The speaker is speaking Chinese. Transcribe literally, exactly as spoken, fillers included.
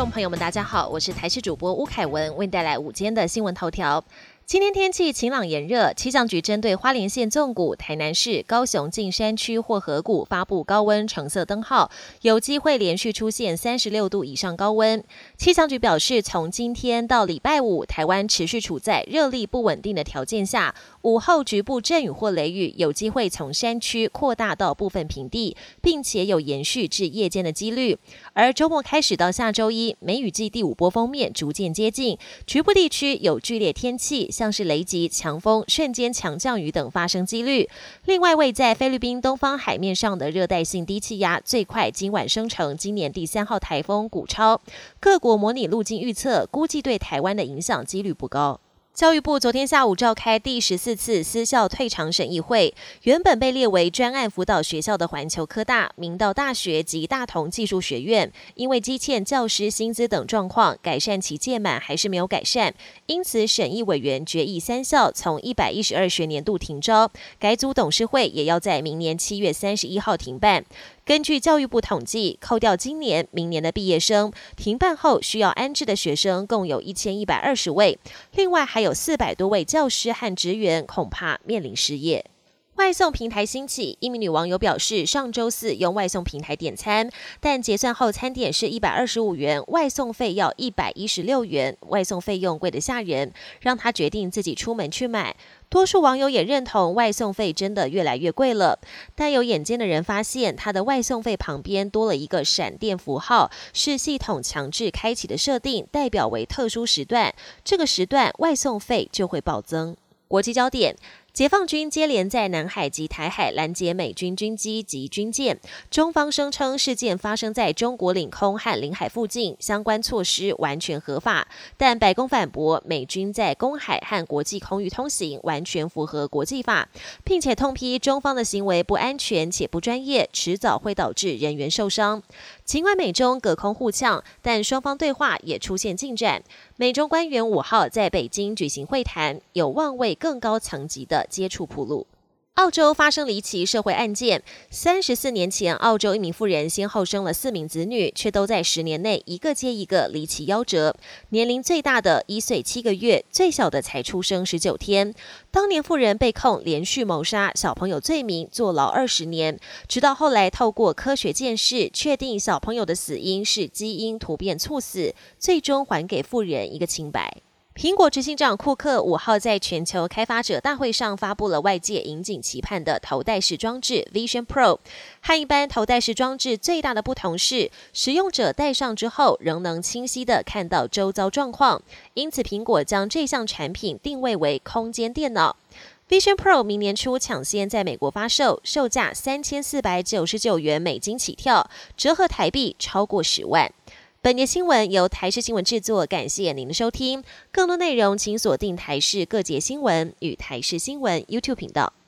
众朋友们，大家好，我是台视主播吴凯文，为你带来午间的新闻头条。今天天气晴朗炎热，气象局针对花莲县纵谷、台南市、高雄近山区或河谷发布高温橙色灯号，有机会连续出现三十六度以上高温。气象局表示，从今天到礼拜五，台湾持续处在热力不稳定的条件下，午后局部阵雨或雷雨有机会从山区扩大到部分平地，并且有延续至夜间的几率。而周末开始到下周一，梅雨季第五波锋面逐渐接近，局部地区有剧烈天气，像是雷击、强风、瞬间强降雨等发生几率。另外，位在菲律宾东方海面上的热带性低气压，最快今晚生成今年第三号台风古超。各国模拟路径预测，估计对台湾的影响几率不高。教育部昨天下午召开第十四次私校退场审议会，原本被列为专案辅导学校的环球科大、明道大学及大同技术学院，因为积欠教师薪资等状况，改善期届满还是没有改善，因此审议委员决议三校从一百一十二学年度停招，改组董事会也要在明年七月三十一号停办。根据教育部统计，扣掉今年、明年的毕业生，停办后需要安置的学生共有一千一百二十位，另外还有四百多位教师和职员恐怕面临失业。外送平台兴起，一名女网友表示，上周四用外送平台点餐，但结算后餐点是一百二十五元，外送费要一百一十六元，外送费用贵得吓人，让她决定自己出门去买。多数网友也认同外送费真的越来越贵了，但有眼尖的人发现，他的外送费旁边多了一个闪电符号，是系统强制开启的设定，代表为特殊时段，这个时段外送费就会暴增。国际焦点，解放军接连在南海及台海拦截美军军机及军舰，中方声称事件发生在中国领空和领海附近，相关措施完全合法。但白宫反驳，美军在公海和国际空域通行完全符合国际法，并且痛批中方的行为不安全且不专业，迟早会导致人员受伤。尽管美中隔空互呛，但双方对话也出现进展。美中官员五号在北京举行会谈，有望为更高层级的接触铺路。澳洲发生离奇社会案件，三十四年前，澳洲一名妇人先后生了四名子女，却都在十年内一个接一个离奇夭折。年龄最大的一岁七个月，最小的才出生十九天。当年妇人被控连续谋杀小朋友罪名，坐牢二十年。直到后来透过科学鉴识，确定小朋友的死因是基因突变猝死，最终还给妇人一个清白。苹果执行长库克五号在全球开发者大会上发布了外界引颈期盼的头戴式装置 Vision Pro。和一般头戴式装置最大的不同是，使用者戴上之后仍能清晰地看到周遭状况，因此苹果将这项产品定位为空间电脑。Vision Pro 明年初抢先在美国发售，售价三千四百九十九元美金起跳，折合台币超过十万。本节新闻由台视新闻制作，感谢您的收听。更多内容请锁定台视各节新闻与台视新闻 YouTube 频道。